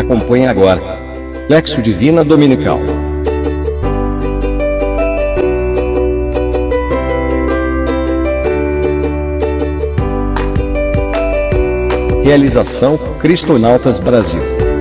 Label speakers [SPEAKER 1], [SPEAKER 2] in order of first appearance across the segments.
[SPEAKER 1] Acompanhe agora. Lexio Divina Dominical. Realização Cristonautas Brasil.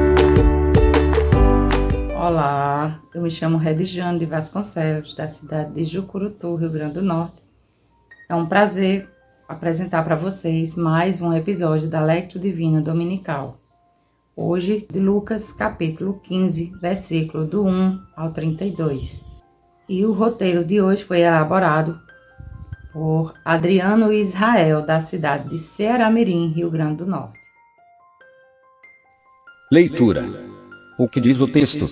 [SPEAKER 2] Olá, eu me chamo Redijane de Vasconcelos, da cidade de Jucurutu, Rio Grande do Norte. É um prazer apresentar para vocês mais um episódio da Lexio Divina Dominical. Hoje, de Lucas, capítulo 15, versículo do 1 ao 32. E o roteiro de hoje foi elaborado por Adriano Israel, da cidade de Ceará-Mirim, Rio Grande do Norte.
[SPEAKER 1] Leitura. O que diz o texto?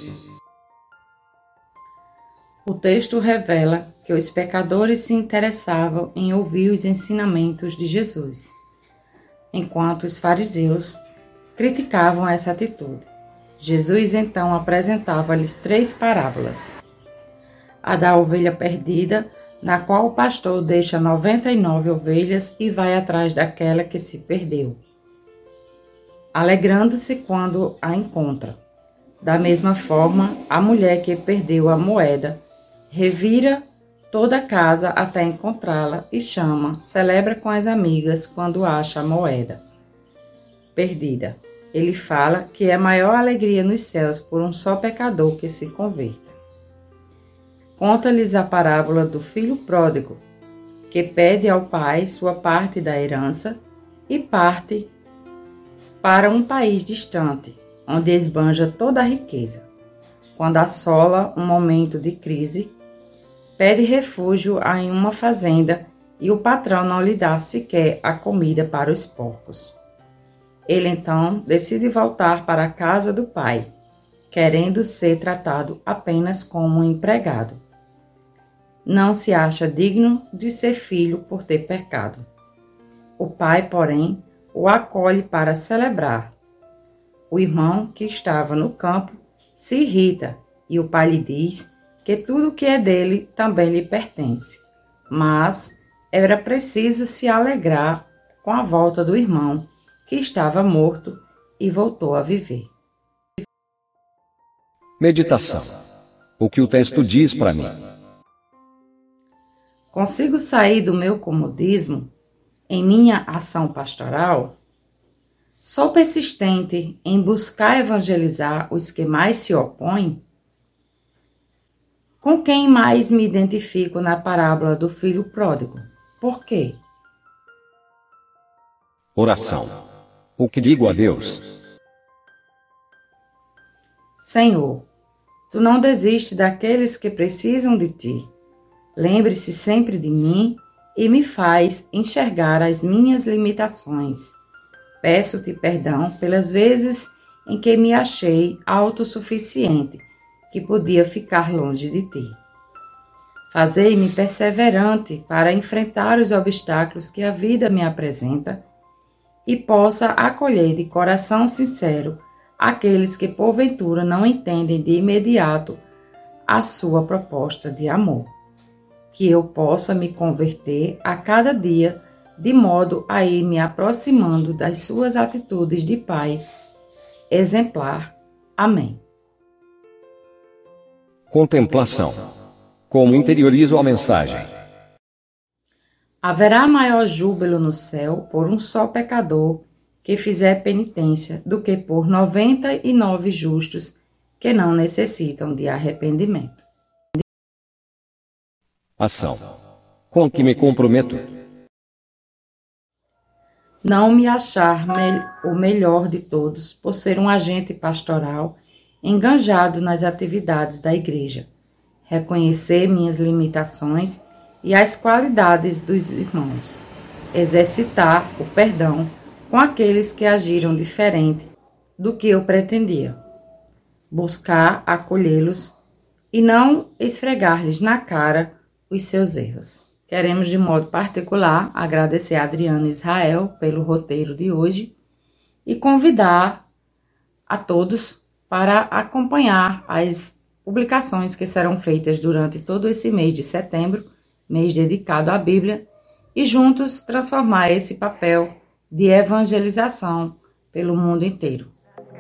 [SPEAKER 2] O texto revela que os pecadores se interessavam em ouvir os ensinamentos de Jesus, enquanto os fariseus criticavam essa atitude. Jesus então apresentava-lhes 3 parábolas. A da ovelha perdida, na qual o pastor deixa 99 ovelhas e vai atrás daquela que se perdeu, alegrando-se quando a encontra. Da mesma forma, a mulher que perdeu a moeda revira toda a casa até encontrá-la e celebra com as amigas quando acha a moeda perdida. Ele fala que é maior alegria nos céus por um só pecador que se converta. Conta-lhes a parábola do filho pródigo, que pede ao pai sua parte da herança e parte para um país distante, onde esbanja toda a riqueza. Quando assola um momento de crise, pede refúgio em uma fazenda e o patrão não lhe dá sequer a comida para os porcos. Ele então decide voltar para a casa do pai, querendo ser tratado apenas como um empregado. Não se acha digno de ser filho por ter pecado. O pai, porém, o acolhe para celebrar. O irmão, que estava no campo, se irrita e o pai lhe diz que tudo que é dele também lhe pertence. Mas era preciso se alegrar com a volta do irmão, que estava morto e voltou a viver.
[SPEAKER 1] Meditação. O que o texto diz para mim?
[SPEAKER 2] Consigo sair do meu comodismo em minha ação pastoral? Sou persistente em buscar evangelizar os que mais se opõem? Com quem mais me identifico na parábola do filho pródigo? Por quê?
[SPEAKER 1] Oração. O que digo a Deus?
[SPEAKER 2] Senhor, Tu não desistes daqueles que precisam de Ti. Lembre-se sempre de mim e me faz enxergar as minhas limitações. Peço-te perdão pelas vezes em que me achei autossuficiente, que podia ficar longe de Ti. Fazei-me perseverante para enfrentar os obstáculos que a vida me apresenta e possa acolher de coração sincero aqueles que porventura não entendem de imediato a sua proposta de amor. Que eu possa me converter a cada dia, de modo a ir me aproximando das suas atitudes de pai exemplar. Amém.
[SPEAKER 1] Contemplação. Como interiorizo a mensagem?
[SPEAKER 2] Haverá maior júbilo no céu por um só pecador que fizer penitência do que por 99 justos que não necessitam de arrependimento.
[SPEAKER 1] Ação. Com que me comprometo?
[SPEAKER 2] Não me achar o melhor de todos por ser um agente pastoral enganjado nas atividades da igreja. Reconhecer minhas limitações e as qualidades dos irmãos. Exercitar o perdão com aqueles que agiram diferente do que eu pretendia. Buscar acolhê-los e não esfregar-lhes na cara os seus erros. Queremos, de modo particular, agradecer a Adriano Israel pelo roteiro de hoje e convidar a todos para acompanhar as publicações que serão feitas durante todo esse mês de setembro, mês dedicado à Bíblia, e juntos transformar esse papel de evangelização pelo mundo inteiro.